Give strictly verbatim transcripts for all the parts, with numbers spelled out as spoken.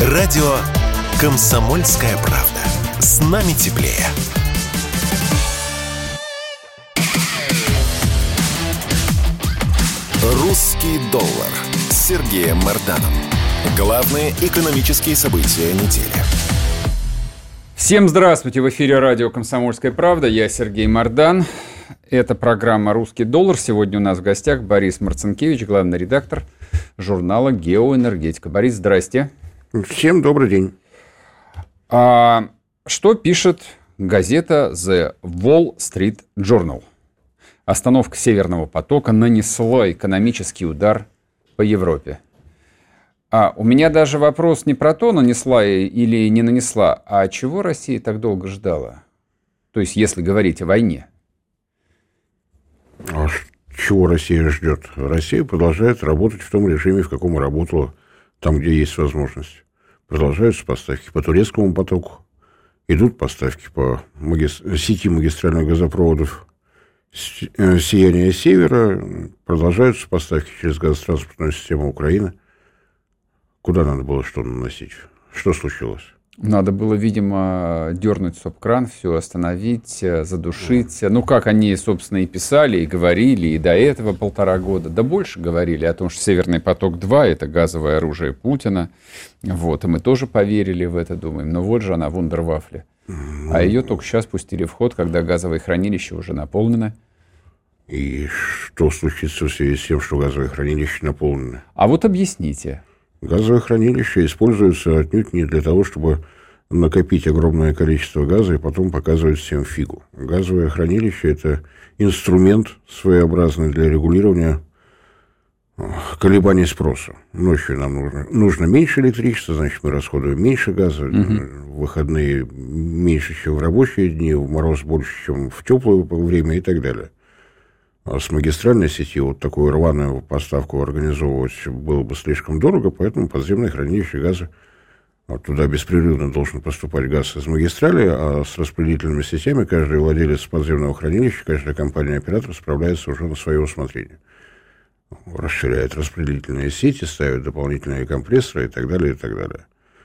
Радио «Комсомольская правда». С нами теплее. «Русский доллар» с Сергеем Марданом. Главные экономические события недели. Всем здравствуйте! В эфире радио «Комсомольская правда». Я Сергей Мардан. Это программа «Русский доллар». Сегодня у нас в гостях Борис Марцинкевич, главный редактор журнала «Геоэнергетика». Борис, здрасте. Всем добрый день. А, что пишет газета The Wall Street Journal? Остановка Северного потока нанесла экономический удар по Европе. А, у меня даже вопрос не про то, нанесла или не нанесла, а чего Россия так долго ждала? То есть, если говорить о войне. А чего Россия ждет? Россия продолжает работать в том режиме, в каком работала, там, где есть возможность. Продолжаются поставки по турецкому потоку, идут поставки по маги... сети магистральных газопроводов «Сияние Севера», продолжаются поставки через газотранспортную систему Украины. Куда надо было что наносить? Что случилось? Надо было, видимо, дернуть стоп-кран, все остановить, задушить. Ну, как они, собственно, и писали, и говорили, и до этого полтора года. Да больше говорили о том, что «Северный поток-два» — это газовое оружие Путина. Вот, и мы тоже поверили в это, думаем. Но вот же она, вундервафля. Ну, а ее только сейчас пустили в ход, когда газовые хранилища уже наполнены. И что случится в связи с тем, что газовые хранилища наполнены? А вот объясните. Газовые хранилища используются отнюдь не для того, чтобы накопить огромное количество газа и потом показывать всем фигу. Газовое хранилище – это инструмент своеобразный для регулирования колебаний спроса. Ночью нам нужно, нужно меньше электричества, значит, мы расходуем меньше газа, угу. В выходные меньше, чем в рабочие дни, в мороз больше, чем в теплое время и так далее. А с магистральной сети вот такую рваную поставку организовывать было бы слишком дорого, поэтому подземное хранилище газа, вот туда беспрерывно должен поступать газ из магистрали, а с распределительными сетями каждый владелец подземного хранилища, каждая компания-оператор справляется уже на свое усмотрение. Расширяет распределительные сети, ставит дополнительные компрессоры и так далее, и так далее.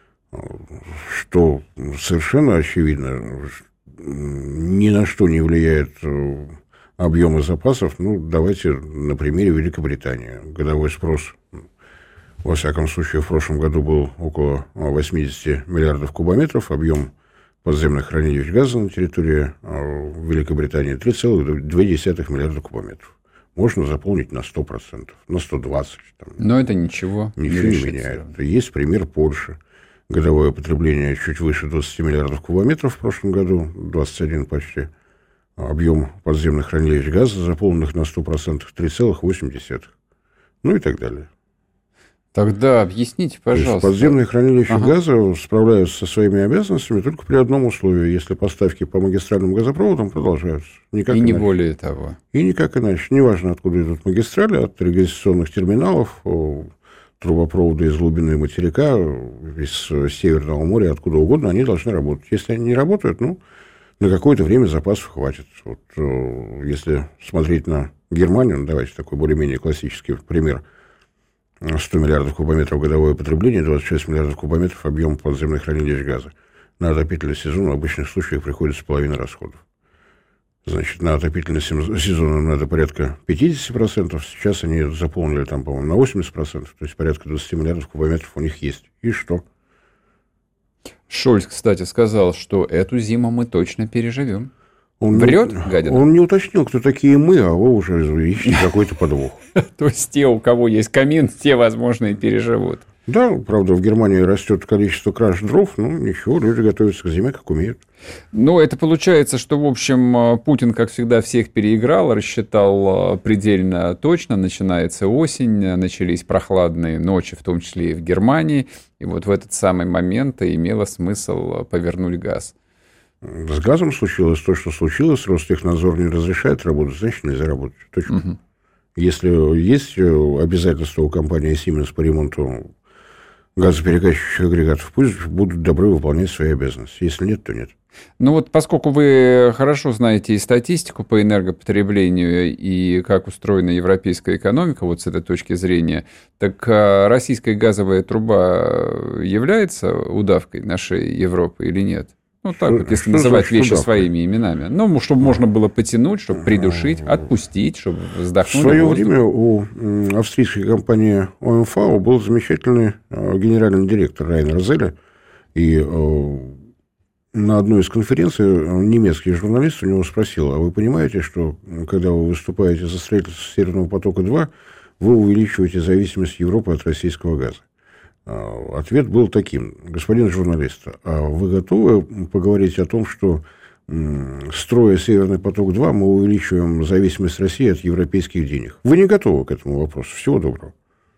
Что совершенно очевидно, ни на что не влияет объемы запасов. Ну, давайте на примере Великобритании. Годовой спрос, во всяком случае, в прошлом году был около восемьдесят миллиардов кубометров. Объем подземных хранилищ газа на территории Великобритании три целых две десятых миллиарда кубометров. Можно заполнить на сто процентов, на сто двадцать процентов. Там, Но это ничего, ничего не, не меняет. Есть пример Польши. Годовое потребление чуть выше двадцати миллиардов кубометров в прошлом году, двадцать один почти. Объем подземных хранилищ газа, заполненных на сто процентов, три целых восемь десятых. Ну и так далее. Тогда объясните, пожалуйста. То есть подземные хранилища ага. газа справляются со своими обязанностями только при одном условии, если поставки по магистральным газопроводам продолжаются. Никак и иначе. Не более того. И никак иначе. Неважно, откуда идут магистрали, от регистрационных терминалов, трубопроводы из глубины материка, из Северного моря, откуда угодно, они должны работать. Если они не работают, ну, на какое-то время запасов хватит. Вот, если смотреть на Германию, ну, давайте такой более-менее классический пример. сто миллиардов кубометров годовое потребление, двадцать шесть миллиардов кубометров объем подземных хранилищ газа. На отопительный сезон в обычных случаях приходится половина расходов. Значит, на отопительный сезон нам надо порядка пятьдесят процентов. Сейчас они заполнили там, по-моему, на восемьдесят процентов. То есть порядка двадцать миллиардов кубометров у них есть. И что? Шольц, кстати, сказал, что эту зиму мы точно переживем. Он Врет, не, гадина? Он не уточнил, кто такие мы, а вы уже ищете какой-то подвох. То есть те, у кого есть камин, те, возможно, и переживут. Да, правда, в Германии растет количество краж дров, ну ничего, люди готовятся к зиме, как умеют. Ну, это получается, что, в общем, Путин, как всегда, всех переиграл, рассчитал предельно точно. Начинается осень, начались прохладные ночи, в том числе и в Германии. И вот в этот самый момент имело смысл повернуть газ. С газом случилось то, что случилось. Ростехнадзор не разрешает работать, значит, нельзя работать. Точно. Угу. Если есть обязательства у компании Siemens по ремонту газоперекачивающих агрегатов, пусть будут добры выполнять свои обязанности. Если нет, то нет. Ну вот поскольку вы хорошо знаете и статистику по энергопотреблению, и как устроена европейская экономика, вот с этой точки зрения, так российская газовая труба является удавкой нашей Европы или нет? Ну, так что, вот, если называть вещи удавкой? Своими именами. Ну, чтобы можно было потянуть, чтобы придушить, отпустить, чтобы вздохнуть. В свое время у австрийской компании о эм эф а был замечательный генеральный директор Райнер Зелле, и на одной из конференций немецкий журналист у него спросил: а вы понимаете, что когда вы выступаете за строительство Северного потока-два, вы увеличиваете зависимость Европы от российского газа? Ответ был таким: господин журналист, а вы готовы поговорить о том, что, строя Северный поток-два, мы увеличиваем зависимость России от европейских денег? Вы не готовы к этому вопросу. Всего доброго.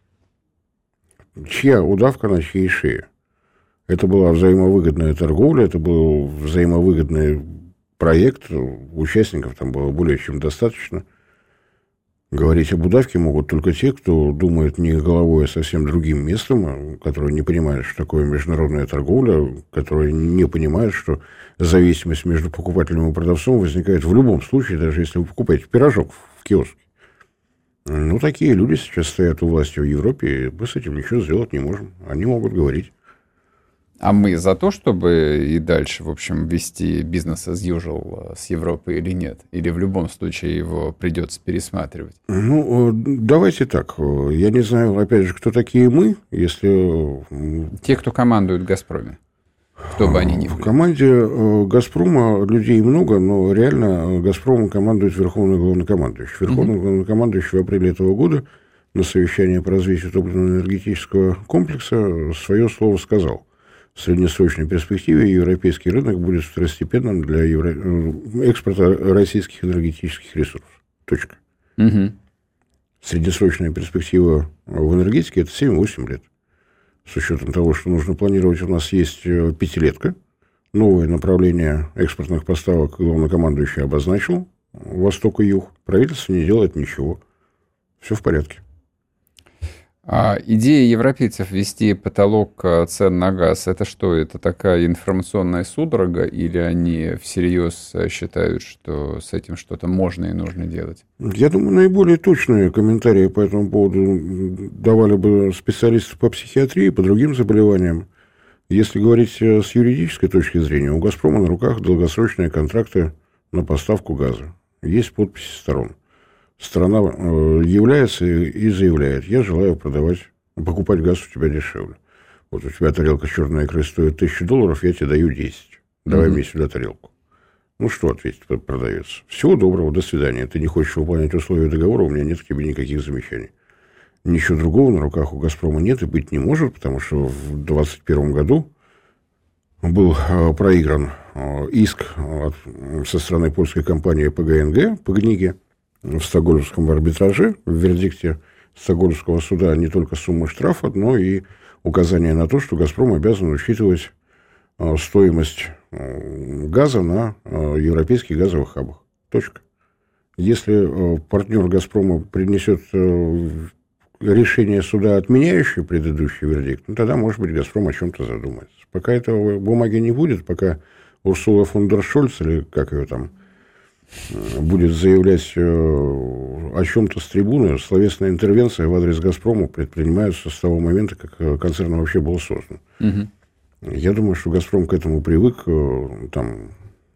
Чья удавка на чьей шее? Это была взаимовыгодная торговля, это был взаимовыгодный проект, участников там было более чем достаточно. Говорить об удавке могут только те, кто думает не головой, а совсем другим местом, которые не понимают, что такое международная торговля, которые не понимают, что зависимость между покупателем и продавцом возникает в любом случае, даже если вы покупаете пирожок в киоске. Ну, такие люди сейчас стоят у власти в Европе, и мы с этим ничего сделать не можем. Они могут говорить. А мы за то, чтобы и дальше, в общем, вести бизнес as usual с Европой или нет? Или в любом случае его придется пересматривать? Ну, давайте так. Я не знаю, опять же, кто такие мы, если... Те, кто командует в «Газпроме». Кто бы они ни были. В команде «Газпрома» людей много, но реально «Газпромом» командует верховный главнокомандующий. Верховный mm-hmm. главнокомандующий в апреле этого года на совещании по развитию топливно-энергетического комплекса свое слово сказал. В среднесрочной перспективе европейский рынок будет второстепенным для евро... экспорта российских энергетических ресурсов. Точка. Угу. Среднесрочная перспектива в энергетике – это семь-восемь лет. С учетом того, что нужно планировать, у нас есть пятилетка. Новое направление экспортных поставок главнокомандующий обозначил. Восток и юг. Правительство не делает ничего. Все в порядке. А идея европейцев ввести потолок цен на газ, это что? Это такая информационная судорога, или они всерьез считают, что с этим что-то можно и нужно делать? Я думаю, наиболее точные комментарии по этому поводу давали бы специалисты по психиатрии, по другим заболеваниям. Если говорить с юридической точки зрения, у «Газпрома» на руках долгосрочные контракты на поставку газа. Есть подписи сторон. Страна является и заявляет: я желаю продавать, покупать газ у тебя дешевле. Вот у тебя тарелка черной икры стоит тысячу долларов, я тебе даю десять. Давай mm-hmm. мне сюда тарелку. Ну, что ответить продавец? Всего доброго, до свидания. Ты не хочешь выполнять условия договора, у меня нет к тебе никаких замечаний. Ничего другого на руках у «Газпрома» нет и быть не может, потому что в двадцать первом году был проигран иск от, со стороны польской компании пэ гэ эн гэ, по книге, в Стокгольмском арбитраже. В вердикте Стокгольмского суда не только сумма штрафа, но и указание на то, что «Газпром» обязан учитывать стоимость газа на европейских газовых хабах. Точка. Если партнер «Газпрома» принесет решение суда, отменяющее предыдущий вердикт, ну, тогда, может быть, «Газпром» о чем-то задумается. Пока этого бумаги не будет, пока Урсула фон дер Шольц, или как ее там, будет заявлять о чем-то с трибуны, словесная интервенция в адрес «Газпрома» предпринимается с того момента, как концерн вообще был создан. Угу. Я думаю, что «Газпром» к этому привык, там,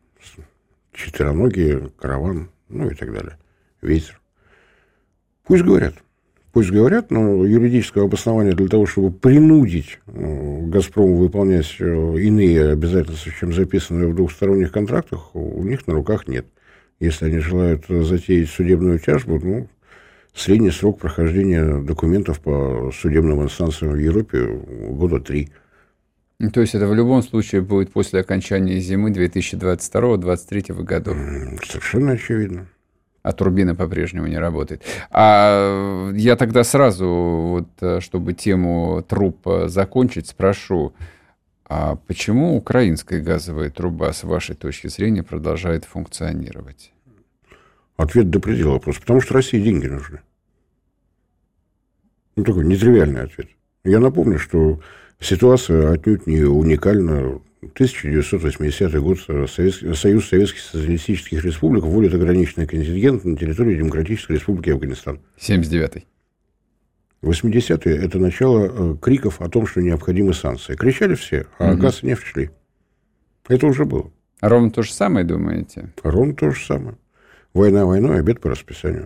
четвероногие, караван, ну и так далее, ветер. Пусть говорят. Пусть говорят, но юридического обоснования для того, чтобы принудить «Газпрому» выполнять иные обязательства, чем записанные в двухсторонних контрактах, у них на руках нет. Если они желают затеять судебную тяжбу, ну, средний срок прохождения документов по судебным инстанциям в Европе года три. То есть это в любом случае будет после окончания зимы две тысячи двадцать второго — две тысячи двадцать третьего годов? Совершенно очевидно. А турбина по-прежнему не работает. А я тогда сразу, вот, чтобы тему труб закончить, спрошу, а почему украинская газовая труба, с вашей точки зрения, продолжает функционировать? Ответ до предела просто. Потому что России деньги нужны. Ну, такой нетривиальный ответ. Я напомню, что Ситуация отнюдь не уникальна. тысяча девятьсот восьмидесятый год Советский, Союз Советских Социалистических Республик вводит ограниченный контингент на территории Демократической Республики Афганистан. семьдесят девятый. восьмидесятые – это начало криков о том, что необходимы санкции. Кричали все, а угу. газ и нефть шли. Это уже было. А ровно то же самое, думаете? Ровно то же самое. Война войной, обед по расписанию.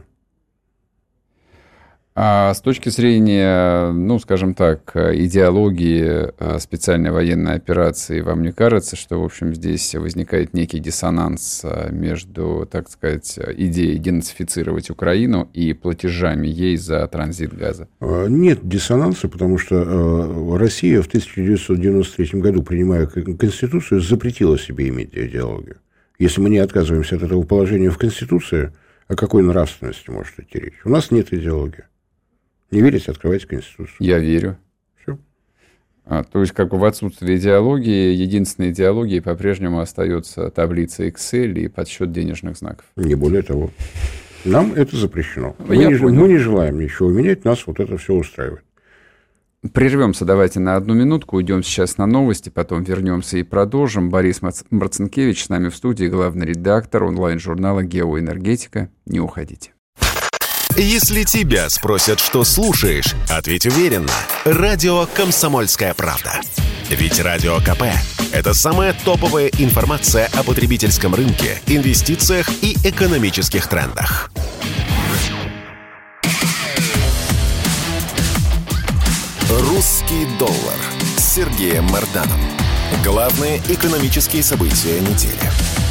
А с точки зрения, ну, скажем так, идеологии специальной военной операции, вам не кажется, что, в общем, здесь возникает некий диссонанс между, так сказать, идеей денацифицировать Украину и платежами ей за транзит газа? Нет диссонанса, потому что Россия в тысяча девятьсот девяносто третьем году, принимая Конституцию, запретила себе иметь идеологию. Если мы не отказываемся от этого положения в Конституции, о какой нравственности может идти речь? У нас нет идеологии. Не верите, открывайте Конституцию. Я верю. Все. А, то есть, как бы в отсутствии идеологии, единственной идеологией по-прежнему остается таблица Excel и подсчет денежных знаков. Не более того. Нам это запрещено. Мы Я не, понял. мы не желаем ничего менять, нас вот это все устраивает. Прервемся давайте на одну минутку, уйдем сейчас на новости, потом вернемся и продолжим. Борис Марцинкевич с нами в студии, главный редактор онлайн-журнала «Геоэнергетика». Не уходите. Если тебя спросят, что слушаешь, ответь уверенно. Радио «Комсомольская правда». Ведь Радио КП – это самая топовая информация о потребительском рынке, инвестициях и экономических трендах. «Русский доллар» с Сергеем Марданом. Главные экономические события недели.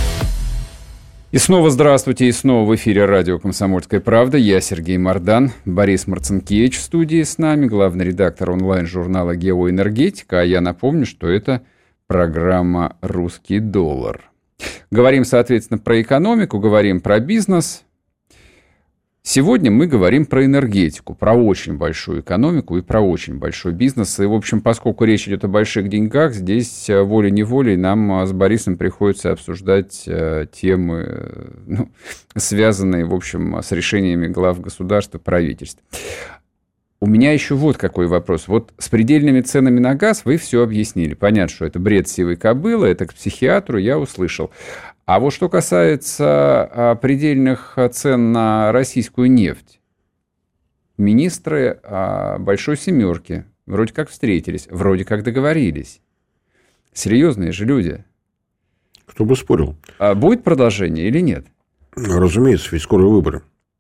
И снова здравствуйте, и снова в эфире радио «Комсомольская правда». Я Сергей Мардан, Борис Марцинкевич в студии с нами, главный редактор онлайн-журнала «Геоэнергетика». А я напомню, что это программа «Русский доллар». Говорим, соответственно, про экономику, говорим про бизнес. Сегодня мы говорим про энергетику, про очень большую экономику и про очень большой бизнес. И, в общем, поскольку речь идет о больших деньгах, здесь волей-неволей нам с Борисом приходится обсуждать темы, ну, связанные, в общем, с решениями глав государства, правительств. У меня еще вот какой вопрос. Вот с предельными ценами на газ вы все объяснили. Понятно, что это бред сивой кобылы, это к психиатру, я услышал. А вот что касается предельных цен на российскую нефть, министры Большой Семерки вроде как встретились, вроде как договорились. Серьезные же люди. Кто бы спорил. А будет продолжение или нет? Разумеется, ведь скоро выборы.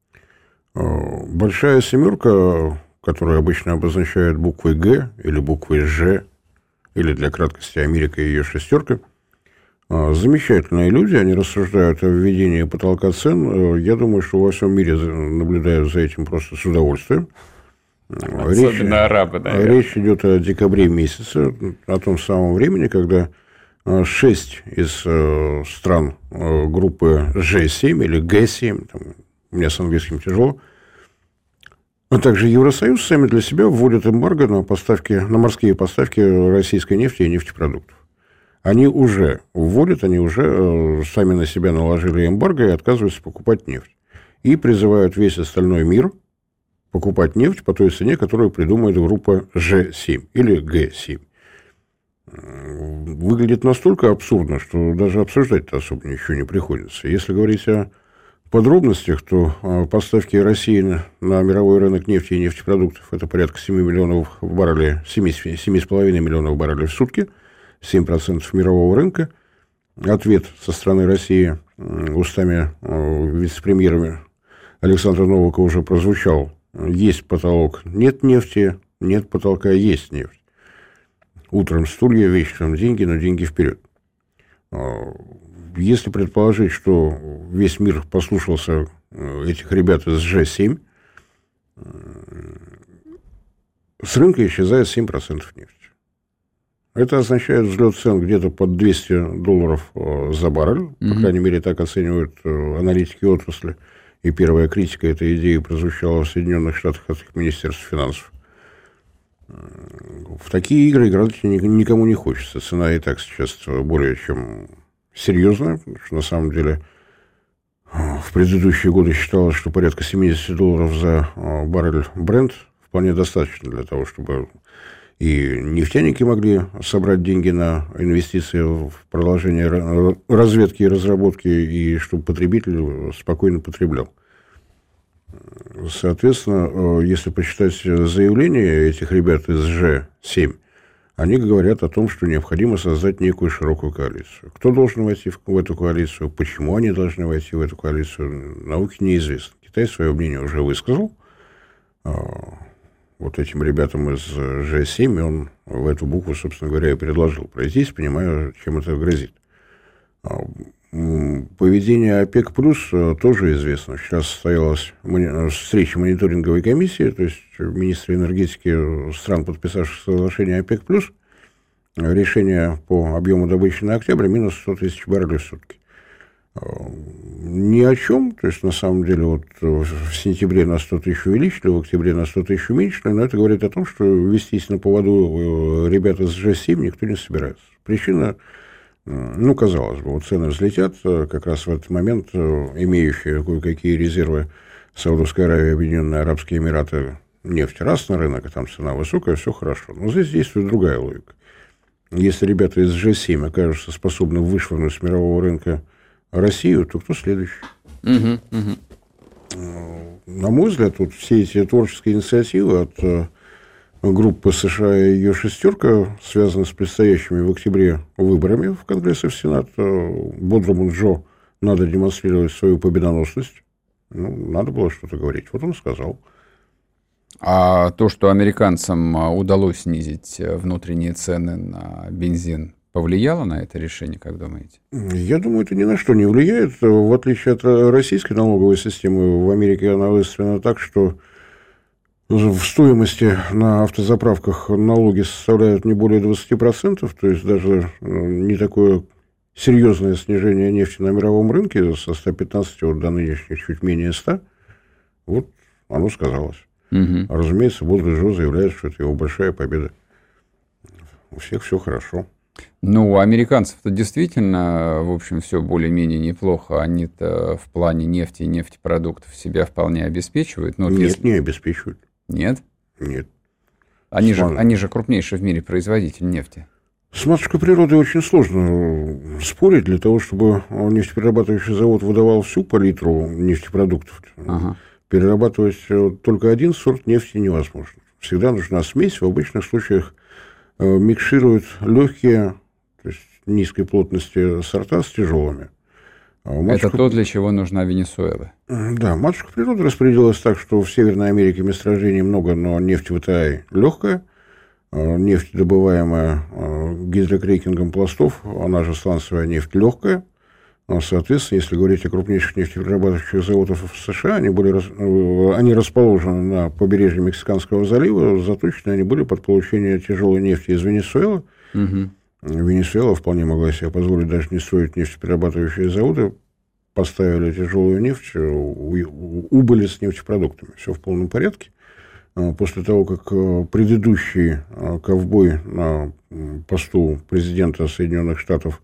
Большая Семерка, которая обычно обозначает буквой «Г» или буквой «Ж», или для краткости Америка и ее шестерка, замечательные люди, они рассуждают о введении потолка цен. Я думаю, что во всем мире наблюдают за этим просто с удовольствием. Особенно речь, арабы, наверное. Речь идет о декабре месяце, о том самом времени, когда шесть из стран группы Ж семь или Г семь, там, у меня с английским тяжело, а также Евросоюз сами для себя вводят эмбарго на поставки, на морские поставки российской нефти и нефтепродуктов. Они уже вводят, они уже э, сами на себя наложили эмбарго и отказываются покупать нефть. И призывают весь остальной мир покупать нефть по той цене, которую придумает группа Ж семь или Г семь. Выглядит настолько абсурдно, что даже обсуждать-то особо ничего не приходится. Если говорить о подробностях, то э, поставки России на, на мировой рынок нефти и нефтепродуктов – это порядка семь миллионов баррелей, семь с половиной миллионов баррелей в сутки, семь процентов мирового рынка. Ответ со стороны России устами вице-премьера Александра Новака уже прозвучал. Есть потолок, нет нефти, нет потолка, есть нефть. Утром стулья, вечером деньги, но деньги вперед. Если предположить, что весь мир послушался этих ребят из Ж семь, с рынка исчезает семь процентов нефти. Это означает взлет цен где-то под двести долларов за баррель. Mm-hmm. По крайней мере, так оценивают аналитики отрасли. И первая критика этой идеи прозвучала в Соединенных Штатах от их Министерства финансов. В такие игры играть никому не хочется. Цена и так сейчас более чем серьезная. Потому что, на самом деле, в предыдущие годы считалось, что порядка семьдесят долларов за баррель Brent вполне достаточно для того, чтобы И нефтяники могли собрать деньги на инвестиции в продолжение разведки и разработки, и чтобы потребитель спокойно потреблял. Соответственно, если почитать заявления этих ребят из Ж семь, они говорят о том, что необходимо создать некую широкую коалицию. Кто должен войти в эту коалицию, почему они должны войти в эту коалицию, науке неизвестно. Китай свое мнение уже высказал. Вот этим ребятам из Ж семь он в эту букву, собственно говоря, и предложил пройтись, понимая, чем это грозит. Поведение ОПЕК+ тоже известно. Сейчас состоялась встреча мониторинговой комиссии, то есть министры энергетики стран, подписавших соглашение ОПЕК+, решение по объему добычи на октябрь минус сто тысяч баррелей в сутки. Ни о чем, то есть на самом деле вот в сентябре на сто тысяч увеличили, в октябре на сто тысяч уменьшили, но это говорит о том, что вестись на поводу ребят из Ж семь никто не собирается. Причина, ну, казалось бы, вот цены взлетят как раз в этот момент, имеющие кое-какие резервы Саудовская Аравия, Объединенные Арабские Эмираты, нефть раз на рынок, а там цена высокая, все хорошо. Но здесь действует другая логика. Если ребята из Ж семь окажутся способны вышвырнуть с мирового рынка Россию, то кто следующий? Uh-huh, uh-huh. На мой взгляд, вот все эти творческие инициативы от группы США и ее шестерка связаны с предстоящими в октябре выборами в Конгресс и в Сенат. Бодрому Джо надо демонстрировать свою победоносность. Ну, надо было что-то говорить. Вот он сказал. А то, что американцам удалось снизить внутренние цены на бензин, повлияло на это решение, как думаете? Я думаю, это ни на что не влияет. В отличие от российской налоговой системы, в Америке она выстроена так, что в стоимости на автозаправках налоги составляют не более двадцать процентов, то есть даже не такое серьезное снижение нефти на мировом рынке со ста пятнадцати вот до нынешних чуть менее ста, вот оно сказалось. Угу. А, разумеется, Бодрый Джо заявляет, что это его большая победа. У всех все хорошо. Ну, у американцев-то действительно, в общем, все более-менее неплохо. Они-то в плане нефти и нефтепродуктов себя вполне обеспечивают. Но Нет, если... не обеспечивают. Нет? Нет. Они же, они же крупнейший в мире производитель нефти. С матушкой природы очень сложно спорить. Для того, чтобы нефтеперерабатывающий завод выдавал всю палитру нефтепродуктов, ага. перерабатывать только один сорт нефти невозможно. Всегда нужна смесь. В обычных случаях микшируют легкие, то есть низкой плотности сорта с тяжелыми. Матушка... Это то, для чего нужна Венесуэла. Да, матушка природы распределилась так, что в Северной Америке месторождений много, но нефть в Италии легкая. Нефть, добываемая гидрокрекингом пластов, она же сланцевая нефть, легкая. Соответственно, если говорить о крупнейших нефтеперерабатывающих заводах в США, они, были, они расположены на побережье Мексиканского залива, заточены они были под получение тяжелой нефти из Венесуэлы. Угу. Венесуэла вполне могла себе позволить даже не строить нефтеперерабатывающие заводы, поставили тяжелую нефть, убыли с нефтепродуктами. Все в полном порядке. После того, как предыдущий ковбой на посту президента Соединенных Штатов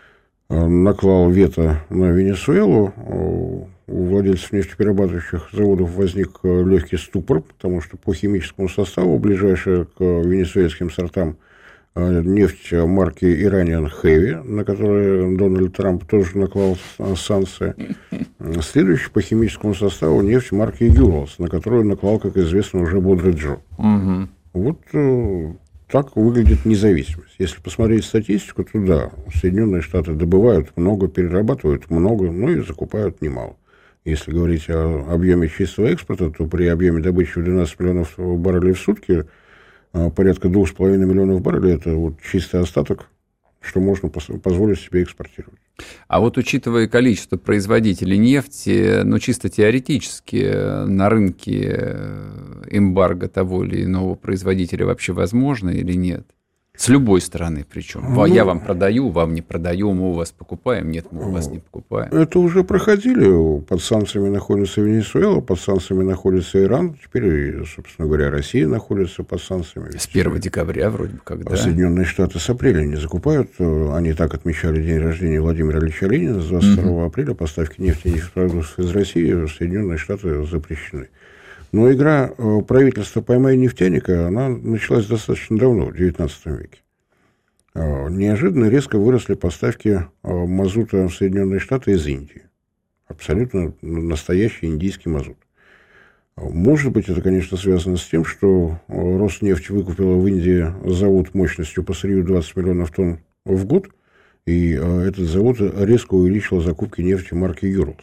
наклал вето на Венесуэлу, у владельцев нефтеперерабатывающих заводов возник легкий ступор, потому что по химическому составу, ближайшая к венесуэльским сортам, нефть марки Iranian Heavy, на которой Дональд Трамп тоже наклал санкции. Следующий по химическому составу нефть марки Urals, на которую наклал, как известно, уже Бодрый Джо. Угу. Вот э, так выглядит независимость. Если посмотреть статистику, то да, Соединенные Штаты добывают много, перерабатывают много, но и закупают немало. Если говорить о объеме чистого экспорта, то при объеме добычи в двенадцать миллионов баррелей в сутки порядка двух с половиной миллионов баррелей – это вот чистый остаток, что можно позволить себе экспортировать. А вот учитывая количество производителей нефти, ну, чисто теоретически на рынке эмбарго того или иного производителя вообще возможно или нет? С любой стороны причем. Ну, я вам продаю, вам не продаю, мы у вас покупаем, нет, мы у вас не покупаем. Это уже проходили. Под санкциями находится Венесуэла, под санкциями находится Иран. Теперь, собственно говоря, Россия находится под санкциями. С первого декабря вроде бы когда. Соединенные Штаты с апреля не закупают. Они так отмечали день рождения Владимира Ильича Ленина. С двадцать второго апреля поставки нефти и нефтепродуктов из России в Соединенные Штаты запрещены. Но игра правительства «Поймай нефтяника», она началась достаточно давно, в девятнадцатом веке. Неожиданно резко выросли поставки мазута в Соединенные Штаты из Индии. Абсолютно настоящий индийский мазут. Может быть, это, конечно, связано с тем, что Роснефть выкупила в Индии завод мощностью по сырью двадцать миллионов тонн в год, и этот завод резко увеличил закупки нефти марки «Юрлс».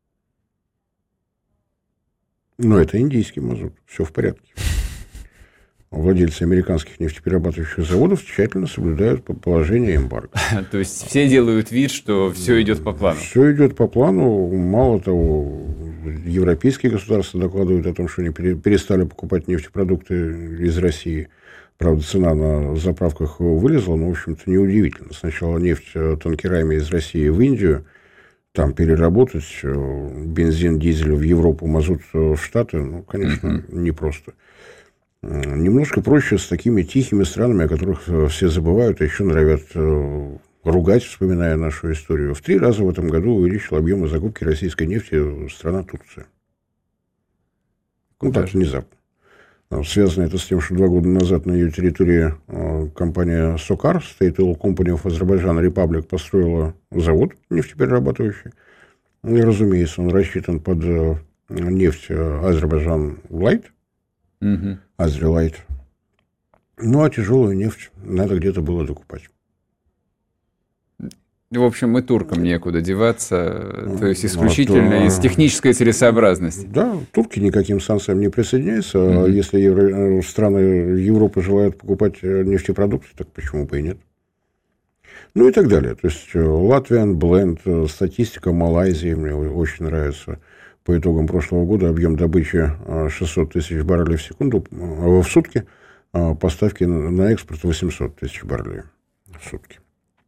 Но это индийский мазут, все в порядке. Владельцы американских нефтеперерабатывающих заводов тщательно соблюдают положение эмбарго. То есть все делают вид, что все идет по плану. Все идет по плану. Мало того, европейские государства докладывают о том, что они перестали покупать нефтепродукты из России. Правда, цена на заправках вылезла, но, в общем-то, неудивительно. Сначала нефть танкерами из России в Индию, там переработать бензин, дизель в Европу, мазут в Штаты, ну, конечно, mm-hmm. непросто. Немножко проще с такими тихими странами, о которых все забывают, а еще норовят ругать, вспоминая нашу историю. В три раза в этом году увеличил объемы закупки российской нефти страна Турция. Ну, так внезапно. Связано это с тем, что два года назад на ее территории компания «Сокар», State Oil Company of Azerbaijan Republic, построила завод нефтеперерабатывающий. И, разумеется, он рассчитан под нефть Азербайджан Лайт. Угу. Азерилайт. Ну, а тяжелую нефть надо где-то было докупать. В общем, и туркам некуда деваться, ну, то есть исключительно а, из технической целесообразности. Да, турки никаким санкциям не присоединяются. Mm-hmm. А если евро, страны Европы желают покупать нефтепродукты, так почему бы и нет? Ну и так далее. То есть Latvian Blend, статистика Малайзии мне очень нравится. По итогам прошлого года объем добычи шестьсот тысяч баррелей в секунду, в сутки, поставки на экспорт восемьсот тысяч баррелей в сутки.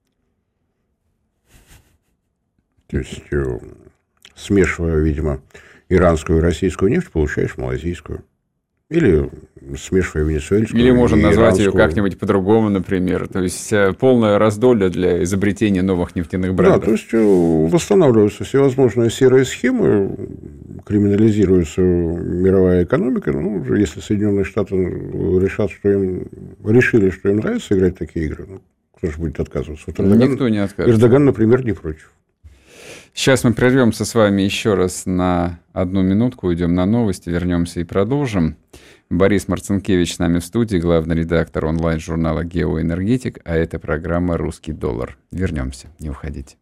То есть, смешивая, видимо, иранскую и российскую нефть, получаешь малазийскую. Или смешивая венесуэльскую. Или можно назвать ее как-нибудь по-другому, например. То есть, полное раздолье для изобретения новых нефтяных брендов. Да, то есть, восстанавливаются всевозможные серые схемы, криминализируется мировая экономика. Ну, если Соединенные Штаты решат, что им, решили, что им нравится играть такие игры, ну, кто же будет отказываться? Вот Эрдоган, Никто не откажется. Эрдоган, например, не против. Сейчас мы прервемся с вами еще раз на одну минутку, уйдем на новости, вернемся и продолжим. Борис Марцинкевич с нами в студии, главный редактор онлайн-журнала «Геоэнергетик», а это программа «Русский доллар». Вернемся, не уходите.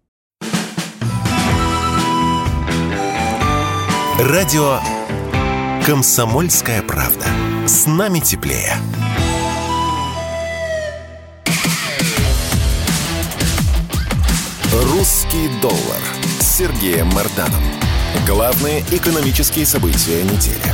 Радио «Комсомольская правда». С нами теплее. «Русский доллар» с Сергеем Марданом. Главные экономические события недели.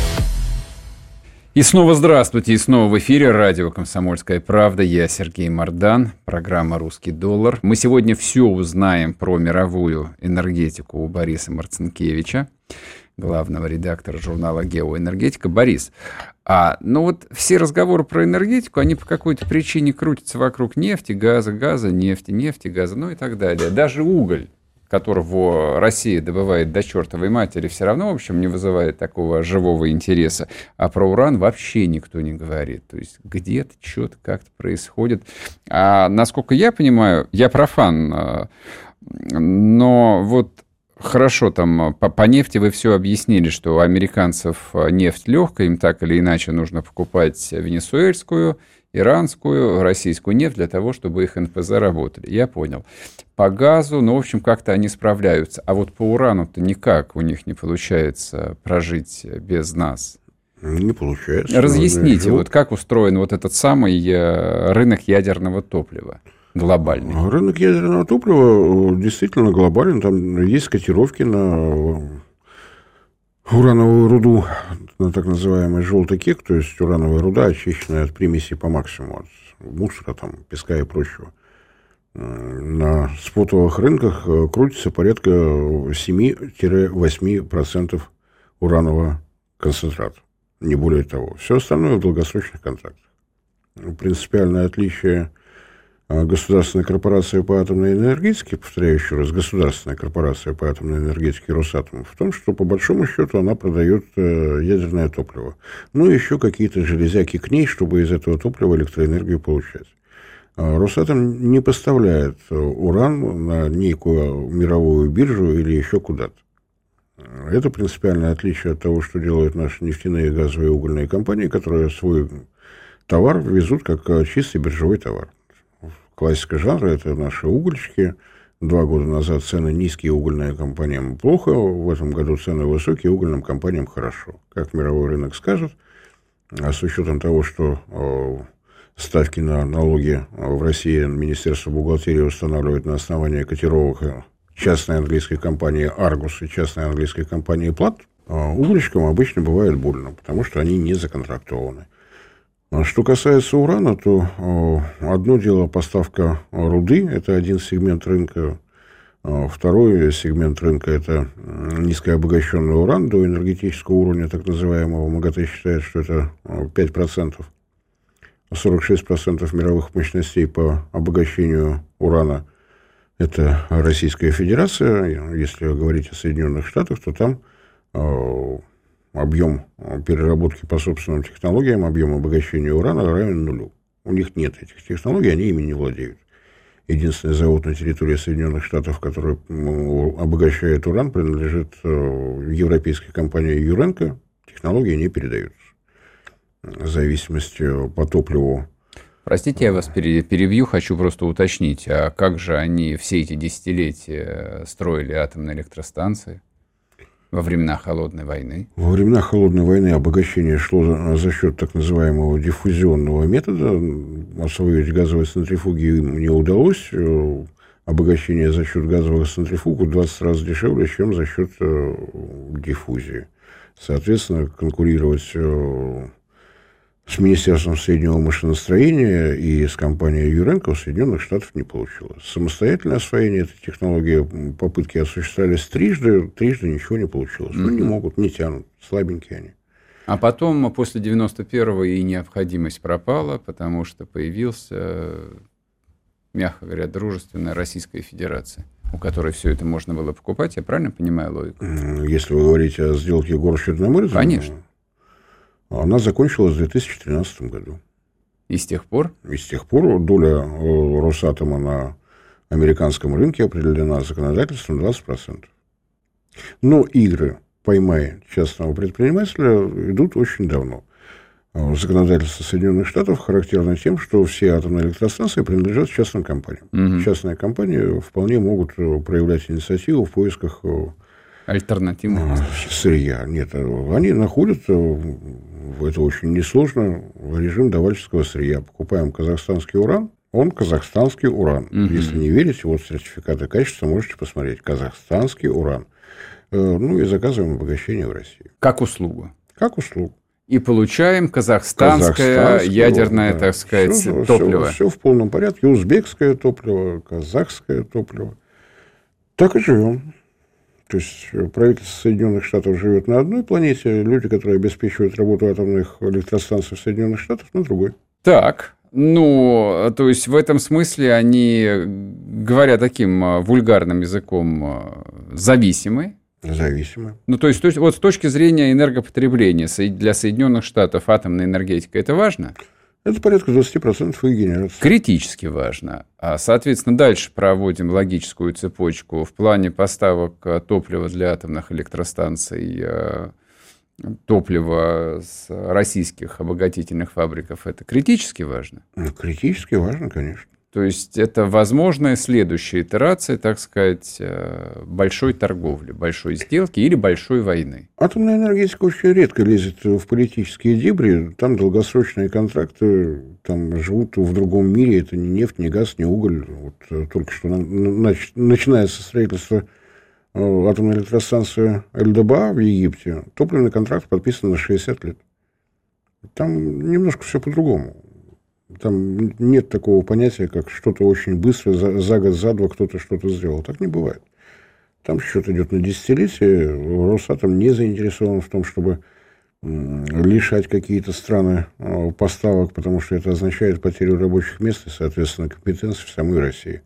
И снова здравствуйте, и снова в эфире радио «Комсомольская правда». Я Сергей Мардан, программа «Русский доллар». Мы сегодня все узнаем про мировую энергетику у Бориса Марцинкевича, главного редактора журнала «Геоэнергетика». Борис, а, ну вот все разговоры про энергетику, они по какой-то причине крутятся вокруг нефти, газа, газа, нефти, нефти, газа, ну и так далее. Даже уголь, которого Россия добывает до чертовой матери, все равно, в общем, не вызывает такого живого интереса. А про уран вообще никто не говорит. То есть где-то что-то как-то происходит. А насколько я понимаю, я профан, но вот хорошо, там по, по нефти вы все объяснили, что у американцев нефть легкая, им так или иначе нужно покупать венесуэльскую, иранскую, российскую нефть для того, чтобы их эн пэ зэ работали. Я понял. По газу, ну, в общем, как-то они справляются. А вот по урану-то никак у них не получается прожить без нас. Не получается. Разъясните, вот как устроен вот этот самый рынок ядерного топлива глобальный. Рынок ядерного топлива действительно глобален. Там есть котировки на урановую руду, на так называемый желтый кек, то есть урановая руда, очищенная от примесей по максимуму, от мусора, там, песка и прочего. На спотовых рынках крутится порядка семь-восемь процентов уранового концентрата, не более того. Все остальное в долгосрочных контрактах. Принципиальное отличие государственная корпорация по атомной энергетике, повторяю еще раз, государственная корпорация по атомной энергетике Росатом, в том, что по большому счету она продает ядерное топливо. Ну и еще какие-то железяки к ней, чтобы из этого топлива электроэнергию получать. Росатом не поставляет уран на некую мировую биржу или еще куда-то. Это принципиальное отличие от того, что делают наши нефтяные, газовые и угольные компании, которые свой товар везут как чистый биржевой товар. Классика жанра – это наши угольщики. Два года назад цены низкие угольным компаниям плохо, в этом году цены высокие угольным компаниям хорошо. Как мировой рынок скажет, а с учетом того, что о, ставки на налоги в России Министерство бухгалтерии устанавливает на основании котировок частной английской компании Argus и частной английской компании Platt, угольщикам обычно бывает больно, потому что они не законтрактованы. Что касается урана, то одно дело поставка руды, это один сегмент рынка, второй сегмент рынка – это низкообогащенный уран до энергетического уровня, так называемого. МАГАТЭ считает, что это пять процентов, сорок шесть процентов мировых мощностей по обогащению урана – это Российская Федерация. Если говорить о Соединенных Штатах, то там объем переработки по собственным технологиям, объем обогащения урана равен нулю. У них нет этих технологий, они ими не владеют. Единственный завод на территории Соединенных Штатов, который обогащает уран, принадлежит европейской компании Юренко. Технологии не передаются. В зависимости по топливу. Простите, я вас перебью, хочу просто уточнить. А как же они все эти десятилетия строили атомные электростанции? Во времена Холодной войны? Во времена Холодной войны обогащение шло за счет так называемого диффузионного метода. Освоить газовые центрифуги им не удалось. Обогащение за счет газовых центрифуг в двадцать раз дешевле, чем за счет диффузии. Соответственно, конкурировать с Министерством среднего машиностроения и с компанией Юренко у Соединенных Штатов не получилось. Самостоятельное освоение этой технологии, попытки осуществлялись трижды, трижды ничего не получилось. Mm-hmm. Ну, не могут, не тянут, слабенькие они. А потом, после девяносто первого, и необходимость пропала, потому что появился, мягко говоря, дружественная Российская Федерация, у которой все это можно было покупать. Я правильно понимаю логику? Если вы говорите о сделке Егора-Черномырдина... Конечно. Она закончилась в две тысячи тринадцатом году. И с тех пор? И с тех пор доля Росатома на американском рынке определена законодательством двадцать процентов. Но игры «поймай частного предпринимателя» идут очень давно. Законодательство Соединенных Штатов характерно тем, что все атомные электростанции принадлежат частным компаниям. Угу. Частные компании вполне могут проявлять инициативу в поисках альтернативного сырья. Нет, они находят, это очень несложно, режим давальческого сырья. Покупаем казахстанский уран, он казахстанский уран. Угу. Если не верите, вот сертификаты качества, можете посмотреть. Казахстанский уран. Ну и заказываем обогащение в России. Как услугу. Как услугу. И получаем казахстанское ядерное, да, так сказать, все, топливо. Все, все в полном порядке. Узбекское топливо, казахское топливо. Так и живем. То есть правительство Соединенных Штатов живет на одной планете, люди, которые обеспечивают работу атомных электростанций в Соединенных Штатах, на другой. Так, ну, то есть в этом смысле они, говоря таким вульгарным языком, зависимы. Зависимы. Ну, то есть, то есть вот с точки зрения энергопотребления для Соединенных Штатов атомная энергетика – это важно? Это порядка двадцать процентов их генерации. Критически важно. А, соответственно, дальше проводим логическую цепочку в плане поставок топлива для атомных электростанций, топлива с российских обогатительных фабриков. Это критически важно? Ну, критически важно, конечно. То есть это возможная следующая итерация, так сказать, большой торговли, большой сделки или большой войны. Атомная энергетика очень редко лезет в политические дебри. Там долгосрочные контракты, там живут в другом мире. Это не нефть, не газ, не уголь. Вот только что нач... начинается строительство атомной электростанции Эль-Даба в Египте. Топливный контракт подписан на шестьдесят лет. Там немножко все по-другому. Там нет такого понятия, как что-то очень быстро, за, за год, за два кто-то что-то сделал. Так не бывает. Там счет идет на десятилетие. Росатом не заинтересован в том, чтобы лишать какие-то страны поставок, потому что это означает потерю рабочих мест и, соответственно, компетенций в самой России.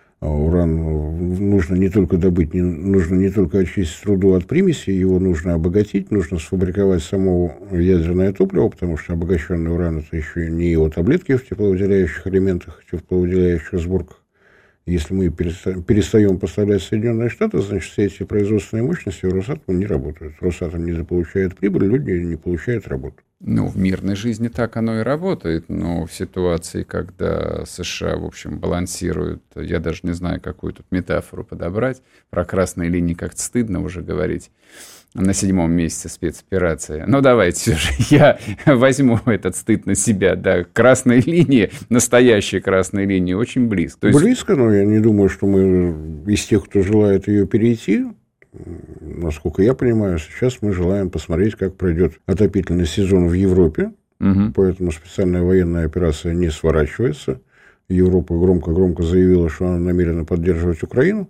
Уран нужно не только добыть, не, нужно не только очистить руду от примесей, его нужно обогатить, нужно сфабриковать само ядерное топливо, потому что обогащенный уран – это еще не его таблетки в тепловыделяющих элементах, в тепловыделяющих сборках. Если мы перестаем поставлять Соединенные Штаты, значит, все эти производственные мощности у Росатома не работают. Росатом не получает прибыль, люди не получают работу. Ну, в мирной жизни так оно и работает, но в ситуации, когда США, в общем, балансируют, я даже не знаю, какую тут метафору подобрать, про красные линии как-то стыдно уже говорить, на седьмом месяце спецоперация. Ну, давайте все же я возьму этот стыд на себя. Да, красные линии, настоящие красные линии, очень близко. То есть... Близко, но я не думаю, что мы из тех, кто желает ее перейти. Насколько я понимаю, сейчас мы желаем посмотреть, как пройдет отопительный сезон в Европе. Угу. Поэтому специальная военная операция не сворачивается. Европа громко-громко заявила, что она намерена поддерживать Украину.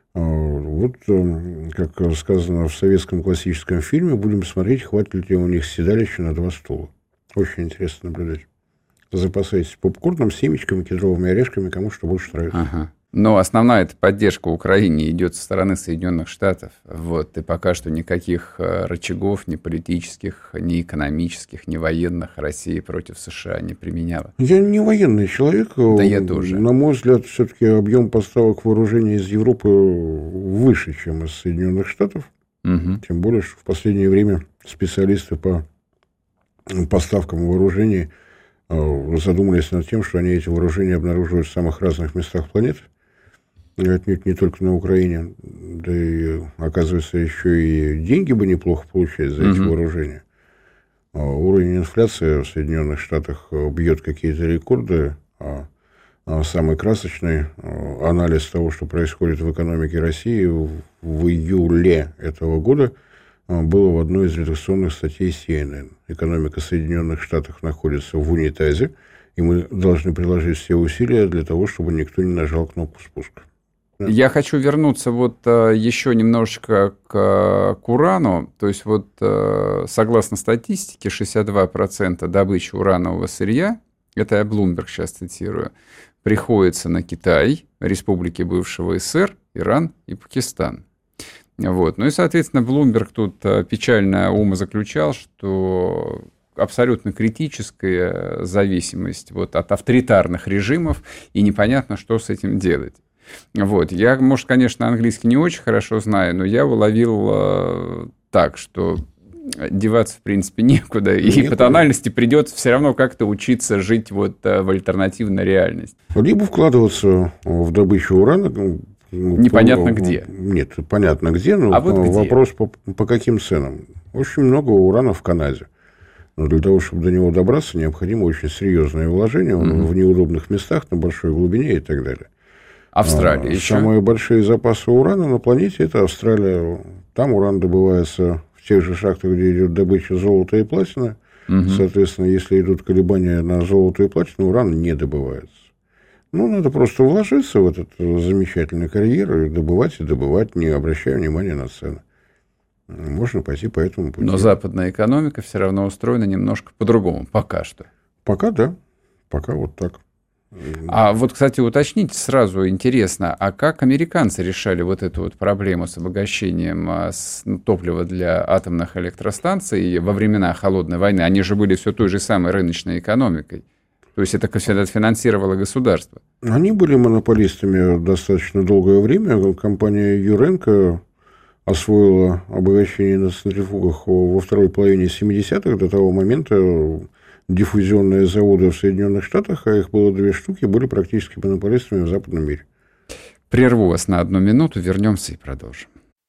Вот, как сказано в советском классическом фильме, будем смотреть, хватит ли у них седалища на два стула. Очень интересно наблюдать. Запасайтесь попкорном, семечками, кедровыми орешками, кому что больше нравится. Ага. Но основная эта поддержка Украине идет со стороны Соединенных Штатов. Вот. И пока что никаких рычагов, ни политических, ни экономических, ни военных Россия против США не применяла. Я не военный человек. Да я тоже. На мой взгляд, все-таки объем поставок вооружений из Европы выше, чем из Соединенных Штатов. Угу. Тем более, что в последнее время специалисты по поставкам вооружений задумались над тем, что они эти вооружения обнаруживают в самых разных местах планеты. Отнюдь не только на Украине. Да и, оказывается, еще и деньги бы неплохо получать за эти mm-hmm. вооружения. Уровень инфляции в Соединенных Штатах бьет какие-то рекорды. А самый красочный анализ того, что происходит в экономике России в июле этого года, было в одной из редакционных статей си эн эн. Экономика Соединенных Штатов находится в унитазе, и мы должны приложить все усилия для того, чтобы никто не нажал кнопку спуска. Я хочу вернуться вот uh, еще немножечко к, uh, к урану. То есть вот uh, согласно статистике, шестьдесят два процента добычи уранового сырья, это я Bloomberg сейчас цитирую, приходится на Китай, республики бывшего эс эс эс эр, Иран и Пакистан. Вот. Ну и, соответственно, Bloomberg тут uh, печально умозаключал, что абсолютно критическая зависимость вот, от авторитарных режимов, и непонятно, что с этим делать. Вот. Я, может, конечно, английский не очень хорошо знаю, но я уловил э, так, что деваться, в принципе, некуда. И некуда. По тональности придется все равно как-то учиться жить вот, э, в альтернативной реальности. Либо вкладываться в добычу урана. Непонятно по, где. Нет, понятно где, но а вот вопрос где? По, по каким ценам. Очень много урана в Канаде. Но для того, чтобы до него добраться, необходимо очень серьезное вложение. Он mm-hmm. в неудобных местах, на большой глубине и так далее. Австралия а, еще? Самые большие запасы урана на планете – это Австралия. Там уран добывается в тех же шахтах, где идет добыча золота и платины. Угу. Соответственно, если идут колебания на золото и платину, уран не добывается. Ну, надо просто вложиться в этот замечательный карьер и добывать, и добывать, не обращая внимания на цены. Можно пойти по этому пути. Но западная экономика все равно устроена немножко по-другому, пока что. Пока да, пока вот так. А вот, кстати, уточните сразу, интересно, а как американцы решали вот эту вот проблему с обогащением с, ну, топлива для атомных электростанций во времена Холодной войны? Они же были все той же самой рыночной экономикой. То есть это финансировало государство. Они были монополистами достаточно долгое время. Компания Юренко освоила обогащение на центрифугах во второй половине семидесятых, до того момента диффузионные заводы в Соединенных Штатах, а их было две штуки, были практически монополистами в западном мире. Прерву вас на одну минуту, вернемся и продолжим.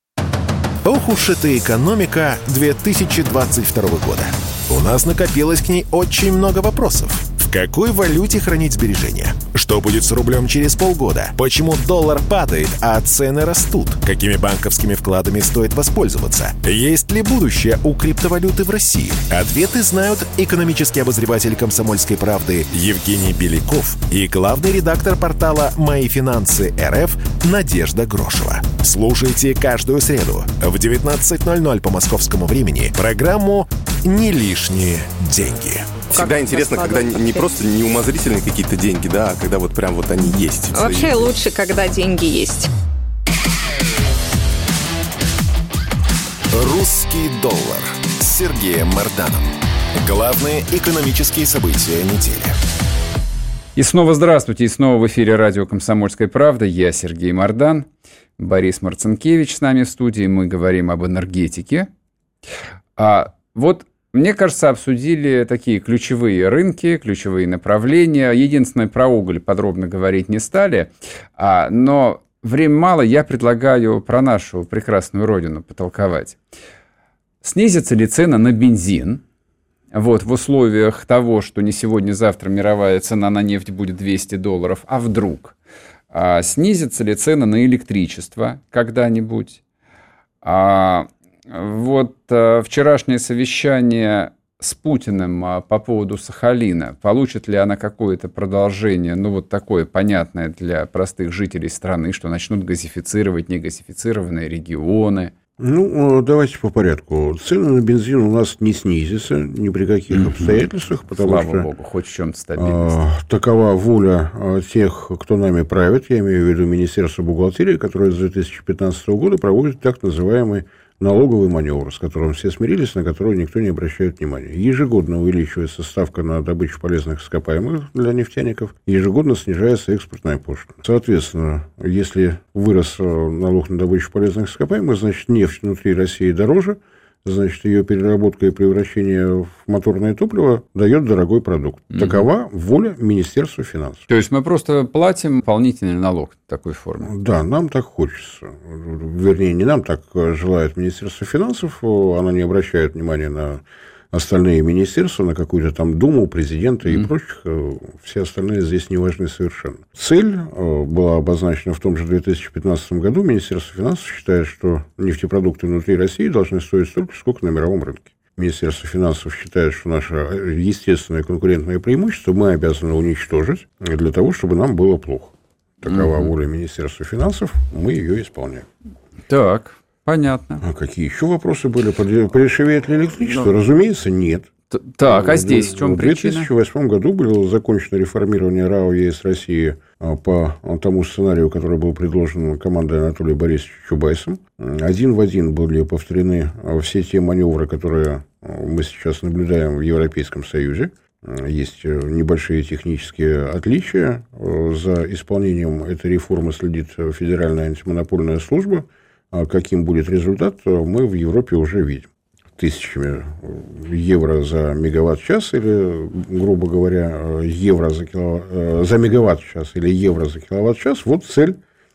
Ох уж эта экономика две тысячи двадцать второго года. У нас накопилось к ней очень много вопросов. В какой валюте хранить сбережения? Что будет с рублем через полгода? Почему доллар падает, а цены растут? Какими банковскими вкладами стоит воспользоваться? Есть ли будущее у криптовалюты в России? Ответы знают экономический обозреватель «Комсомольской правды» Евгений Беляков и главный редактор портала «Мои финансы РФ» Надежда Грошева. Слушайте каждую среду в девятнадцать ноль ноль по московскому времени программу «Не лишние деньги». Всегда как интересно, когда не просто неумозрительные какие-то деньги, да, а когда вот прям вот они есть. Вообще лучше, когда деньги есть. «Русский доллар» с Сергеем Марданом. Главные экономические события недели. И снова здравствуйте, и снова в эфире радио «Комсомольская правда». Я Сергей Мардан, Борис Марцинкевич с нами в студии. Мы говорим об энергетике. А вот, мне кажется, обсудили такие ключевые рынки, ключевые направления. Единственное, про уголь подробно говорить не стали, а, но времени мало, я предлагаю про нашу прекрасную родину потолковать. Снизится ли цена на бензин? Вот, в условиях того, что не сегодня-завтра мировая цена на нефть будет двести долларов, а вдруг? А, снизится ли цена на электричество когда-нибудь? А, вот а, вчерашнее совещание с Путиным а, по поводу Сахалина, получит ли она какое-то продолжение, ну вот такое понятное для простых жителей страны, что начнут газифицировать негазифицированные регионы? Ну, давайте по порядку. Цены на бензин у нас не снизятся ни при каких mm-hmm. обстоятельствах, потому Слава что... Богу, хоть в чем-то стабильность. А, такова воля а, тех, кто нами правит, я имею в виду Министерство бухгалтерии, которое с две тысячи пятнадцатого года проводит так называемый налоговый маневр, с которым все смирились, на который никто не обращает внимания. Ежегодно увеличивается ставка на добычу полезных ископаемых для нефтяников, ежегодно снижается экспортная пошлина. Соответственно, если вырос налог на добычу полезных ископаемых, значит, нефть внутри России дороже, значит, ее переработка и превращение в моторное топливо дает дорогой продукт. Mm-hmm. Такова воля Министерства финансов. То есть мы просто платим дополнительный налог в такой форме? Да, нам так хочется. Вернее, не нам так желает Министерство финансов. Оно не обращает внимания на остальные министерства, на какую-то там Думу, президента и mm-hmm. прочих. Все остальные здесь не важны совершенно. Цель была обозначена в том же две тысячи пятнадцатом году. Министерство финансов считает, что нефтепродукты внутри России должны стоить столько, сколько на мировом рынке. Министерство финансов считает, что наше естественное конкурентное преимущество мы обязаны уничтожить для того, чтобы нам было плохо. Такова mm-hmm. воля Министерства финансов, мы ее исполняем. Так. Понятно. А какие еще вопросы были? Подешевеет ли электричество? Но... Разумеется, нет. Так, а здесь в чем причина? В две тысячи восьмом году было закончено реформирование РАО ЕС России по тому сценарию, который был предложен командой Анатолия Борисовича Чубайсом. Один в один были повторены все те маневры, которые мы сейчас наблюдаем в Европейском Союзе. Есть небольшие технические отличия. За исполнением этой реформы следит Федеральная антимонопольная служба. Каким будет результат, мы в Европе уже видим. Тысячами евро за мегаватт-час или, грубо говоря, евро за, кило... за мегаватт-час или евро за киловатт-час. Вот цель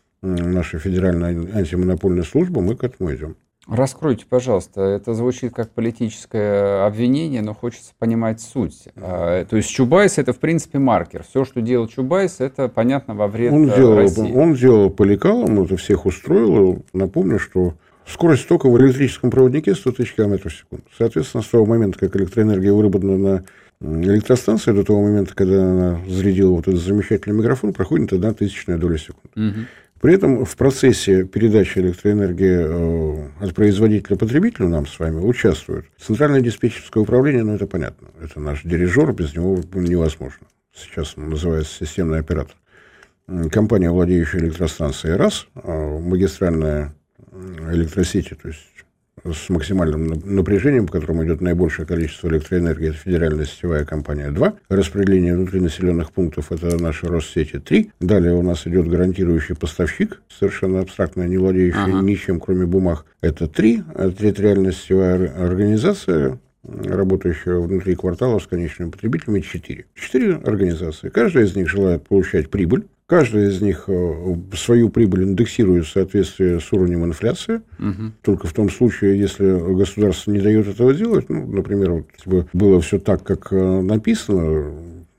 нашей Федеральной антимонопольной службы, мы к этому идем. Раскройте, пожалуйста, это звучит как политическое обвинение, но хочется понимать суть. То есть Чубайс – это, в принципе, маркер. Все, что делал Чубайс, это, понятно, во вред он делал, России. Он делал по лекалам, это всех устроило. Напомню, что скорость тока в электрическом проводнике сто тысяч километров в секунду. Соответственно, с того момента, как электроэнергия выработана на электростанции, до того момента, когда она зарядила вот этот замечательный микрофон, проходит одна тысячная доля секунды. Угу. При этом в процессе передачи электроэнергии от производителя потребителю нам с вами участвует Центральное диспетчерское управление, ну, это понятно. Это наш дирижер, без него невозможно. Сейчас он называется системный оператор. Компания, владеющая электростанцией РАС, магистральная электросети, то есть с максимальным напряжением, по которому идет наибольшее количество электроэнергии, это федеральная сетевая компания два. Распределение внутри населенных пунктов, это наши Россети три. Далее у нас идет гарантирующий поставщик, совершенно абстрактная, не владеющая ага. ничем, кроме бумаг. Это три. Территориальная сетевая организация, работающая внутри кварталов с конечными потребителями, четыре. Четыре организации. Каждая из них желает получать прибыль. Каждая из них свою прибыль индексирует в соответствии с уровнем инфляции. Угу. Только в том случае, если государство не дает этого делать, ну, например, вот, если бы было все так, как написано,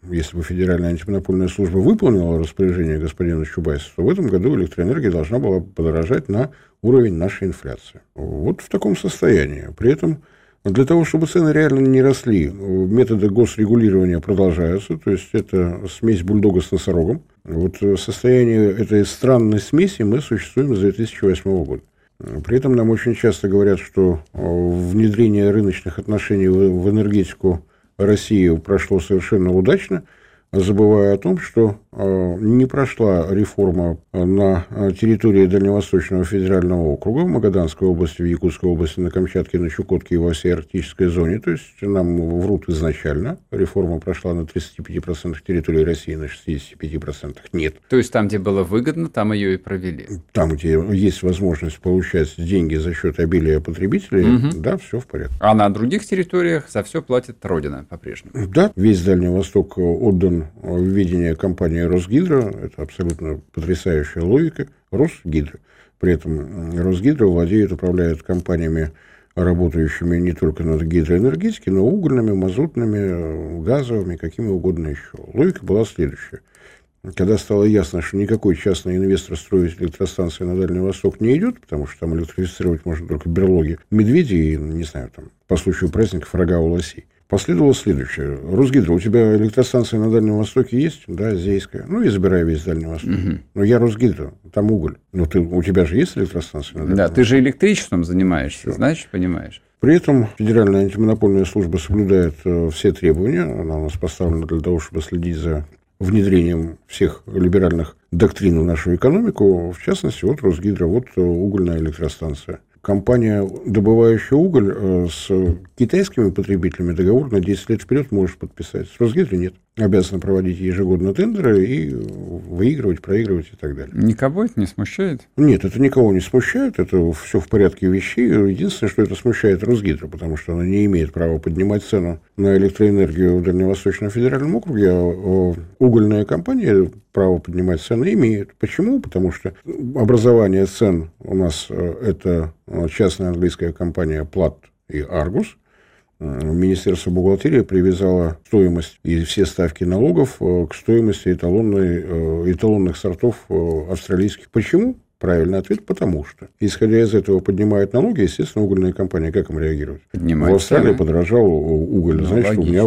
если бы Федеральная антимонопольная служба выполнила распоряжение господина Чубайса, то в этом году электроэнергия должна была подорожать на уровень нашей инфляции. Вот в таком состоянии. При этом для того, чтобы цены реально не росли, методы госрегулирования продолжаются, то есть это смесь бульдога с носорогом. Вот в состоянии этой странной смеси мы существуем с две тысячи восьмого года. При этом нам очень часто говорят, что внедрение рыночных отношений в энергетику России прошло совершенно удачно, забывая о том, что не прошла реформа на территории Дальневосточного федерального округа, в Магаданской области, в Якутской области, на Камчатке, на Чукотке и во всей арктической зоне. То есть нам врут изначально. Реформа прошла на тридцати пяти процентах территории России, на шестидесяти пяти процентах нет. То есть там, где было выгодно, там ее и провели. Там, где есть возможность получать деньги за счет обилия потребителей, угу. Да, все в порядке. А на других территориях за все платит Родина по-прежнему. Да, весь Дальний Восток отдан в ведение компании Росгидро. Это абсолютно потрясающая логика. Росгидро. При этом Росгидро владеет, управляет компаниями, работающими не только над гидроэнергетикой, но угольными, мазутными, газовыми, какими угодно еще. Логика была следующая. Когда стало ясно, что никакой частный инвестор строить электростанции на Дальний Восток не идет, потому что там электрифицировать можно только берлоги медведей и, не знаю, там, по случаю праздников рога у лосей, последовало следующее. Росгидро, у тебя электростанция на Дальнем Востоке есть? Да, Зейская. Ну, и забирай весь Дальний Восток. Угу. Но я Росгидро, там уголь. Но ты, у тебя же есть электростанция на Дальнем Да, Востоке? Ты же электричеством занимаешься, Все. Значит, понимаешь. При этом Федеральная антимонопольная служба соблюдает э, все требования. Она у нас поставлена для того, чтобы следить за внедрением всех либеральных доктрин в нашу экономику. В частности, вот Росгидро, вот угольная электростанция. Компания, добывающая уголь, с китайскими потребителями договор на десять лет вперед можешь подписать. С Росгидро нет. Обязаны проводить ежегодно тендеры и выигрывать, проигрывать и так далее. Никого это не смущает? Нет, это никого не смущает. Это все в порядке вещей. Единственное, что это смущает Росгидро, потому что она не имеет права поднимать цену на электроэнергию в Дальневосточном федеральном округе, а угольная компания право поднимать цены имеет. Почему? Потому что образование цен у нас это частная английская компания Platt и Argus. Министерство бухгалтерии привязало стоимость и все ставки налогов к стоимости эталонной, эталонных сортов австралийских. Почему? Правильный ответ – потому что. Исходя из этого поднимают налоги, естественно, угольная компания, как им реагировать? Поднимает в Австралии цены. Подорожал уголь, ну, значит, логично.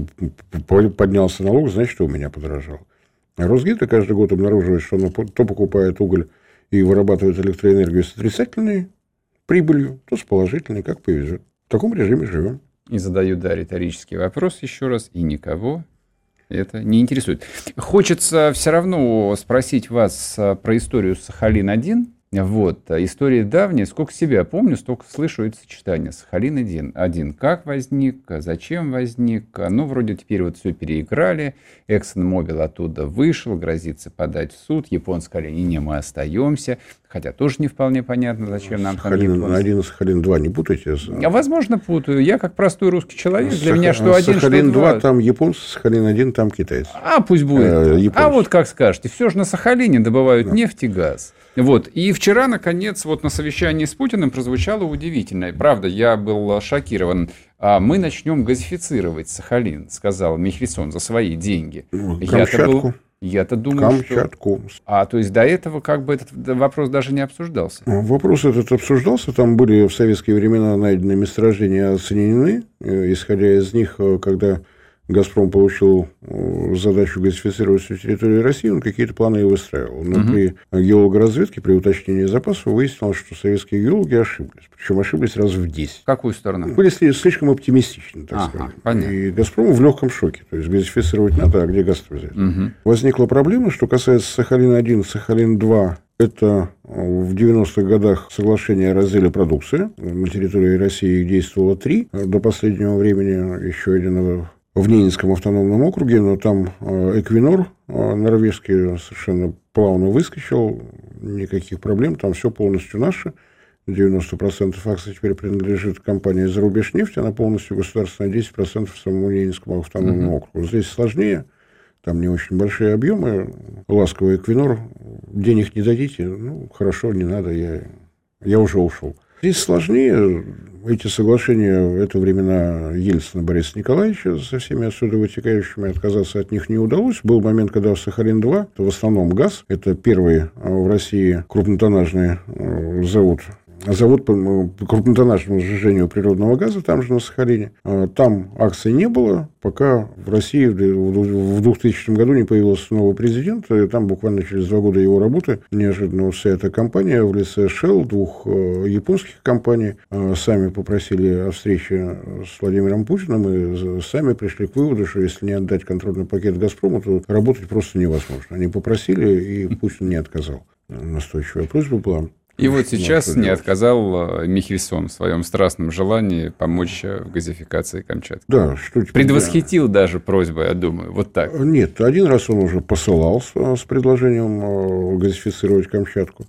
У меня поднялся налог, значит, что у меня подорожал. А Росгидро каждый год обнаруживает, что оно то покупает уголь и вырабатывает электроэнергию с отрицательной прибылью, то с положительной, как повезет. В таком режиме живем. И задаю, да, риторический вопрос еще раз, и никого это не интересует. Хочется все равно спросить вас про историю Сахалин-один. Вот, история давняя. Сколько себя помню, столько слышу это сочетание. Сахалин-один. Как возник, зачем возник? Ну, вроде теперь вот все переиграли. ExxonMobil оттуда вышел, грозится подать в суд. Японцы сказали, не, мы остаемся. Хотя тоже не вполне понятно, зачем нам там японцы. один и Сахалин-два не путайте. А, возможно, путаю. Я как простой русский человек. Для Сах... меня что один, что два. Сахалин-два там японцы, Сахалин-один там китайцы. А пусть будет. А, а вот как скажете. Все же на Сахалине добывают да. нефть и газ. Вот. И вчера, наконец, вот на совещании с Путиным прозвучало удивительное. Правда, я был шокирован. А мы начнем газифицировать Сахалин, сказал Михельсон, за свои деньги. Камчатку. Я-то, был, я-то думал, Камчатку. Что... А, то есть до этого как бы этот вопрос даже не обсуждался? Вопрос этот обсуждался. Там были в советские времена найдены месторождения, оценены. Исходя из них, когда «Газпром» получил задачу газифицировать всю территорию России, он какие-то планы и выстраивал. Но угу. при геологоразведке, при уточнении запасов, выяснилось, что советские геологи ошиблись. Причем ошиблись раз в десять. В какую сторону? Были слишком оптимистичны, так ага, сказать. Понятно. И «Газпрому» в легком шоке. То есть газифицировать надо, а где газ-то взять? Угу. Возникла проблема, что касается Сахалин-один, Сахалин-два. Это в девяностых годах соглашение о разделе продукции. На территории России действовало три. До последнего времени еще один в Ненецком автономном округе, но там Эквинор норвежский совершенно плавно выскочил, никаких проблем, там все полностью наше. девяносто процентов акций теперь принадлежит компании «Зарубежнефть», она полностью государственная, десять процентов самому Ненецкому автономному mm-hmm. округу. Здесь сложнее, там не очень большие объемы. Ласковый Эквинор, денег не дадите, ну, хорошо, не надо, я, я уже ушел. Здесь сложнее. Эти соглашения в это времена Ельцина Бориса Николаевича со всеми отсюда вытекающими, отказаться от них не удалось. Был момент, когда в Сахалин-два, в основном газ, это первый в России крупнотоннажный завод, завод по крупнотоннажному сжижению природного газа, там же на Сахалине. Там акций не было, пока в России в двухтысячном году не появился новый президент. И там буквально через два года его работы неожиданно вся эта компания в лице Shell, двух японских компаний, сами попросили о встрече с Владимиром Путиным и сами пришли к выводу, что если не отдать контрольный пакет «Газпрому», то работать просто невозможно. Они попросили, и Путин не отказал. Настойчивая просьба была. И вот сейчас не отказал Михельсон в своем страстном желании помочь в газификации Камчатки. Да, что теперь? Предвосхитил даже просьбу, я думаю, вот так. Нет, один раз он уже посылал с, с предложением газифицировать Камчатку.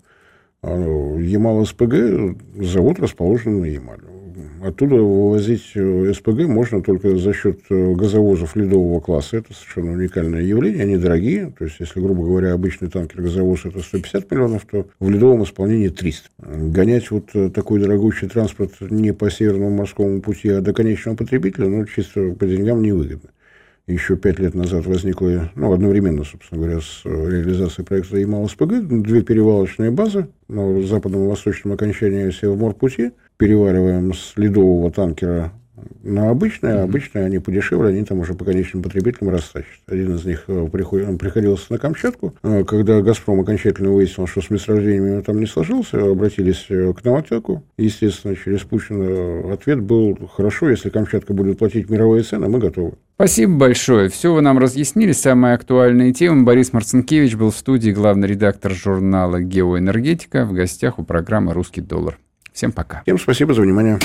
Ямал-СПГ, завод расположен на Ямале. Оттуда вывозить СПГ можно только за счет газовозов ледового класса. Это совершенно уникальное явление. Они дорогие. То есть, если, грубо говоря, обычный танкер-газовоз это сто пятьдесят миллионов, то в ледовом исполнении триста. Гонять вот такой дорогущий транспорт не по Северному морскому пути, а до конечного потребителя, ну, чисто по деньгам невыгодно. Еще пять лет назад возникла, ну, одновременно, собственно говоря, с реализацией проекта Ямал-СПГ, две перевалочные базы на западном и восточном окончании Севморпути. Перевариваем с ледового танкера на обычные, а обычные они подешевле, они там уже по конечным потребителям растащат. Один из них приходил, приходился на Камчатку. Когда «Газпром» окончательно выяснил, что с месторождениями там не сложился, обратились к «Новотеку». Естественно, через Путина ответ был: хорошо, если Камчатка будет платить мировые цены, мы готовы. Спасибо большое. Все вы нам разъяснили. Самые актуальные темы. Борис Марцинкевич был в студии, главный редактор журнала «Геоэнергетика». В гостях у программы «Русский доллар». Всем пока. Всем спасибо за внимание.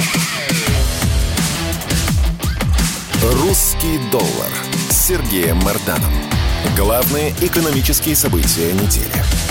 «Русский доллар» с Сергеем Марданом. Главные экономические события недели.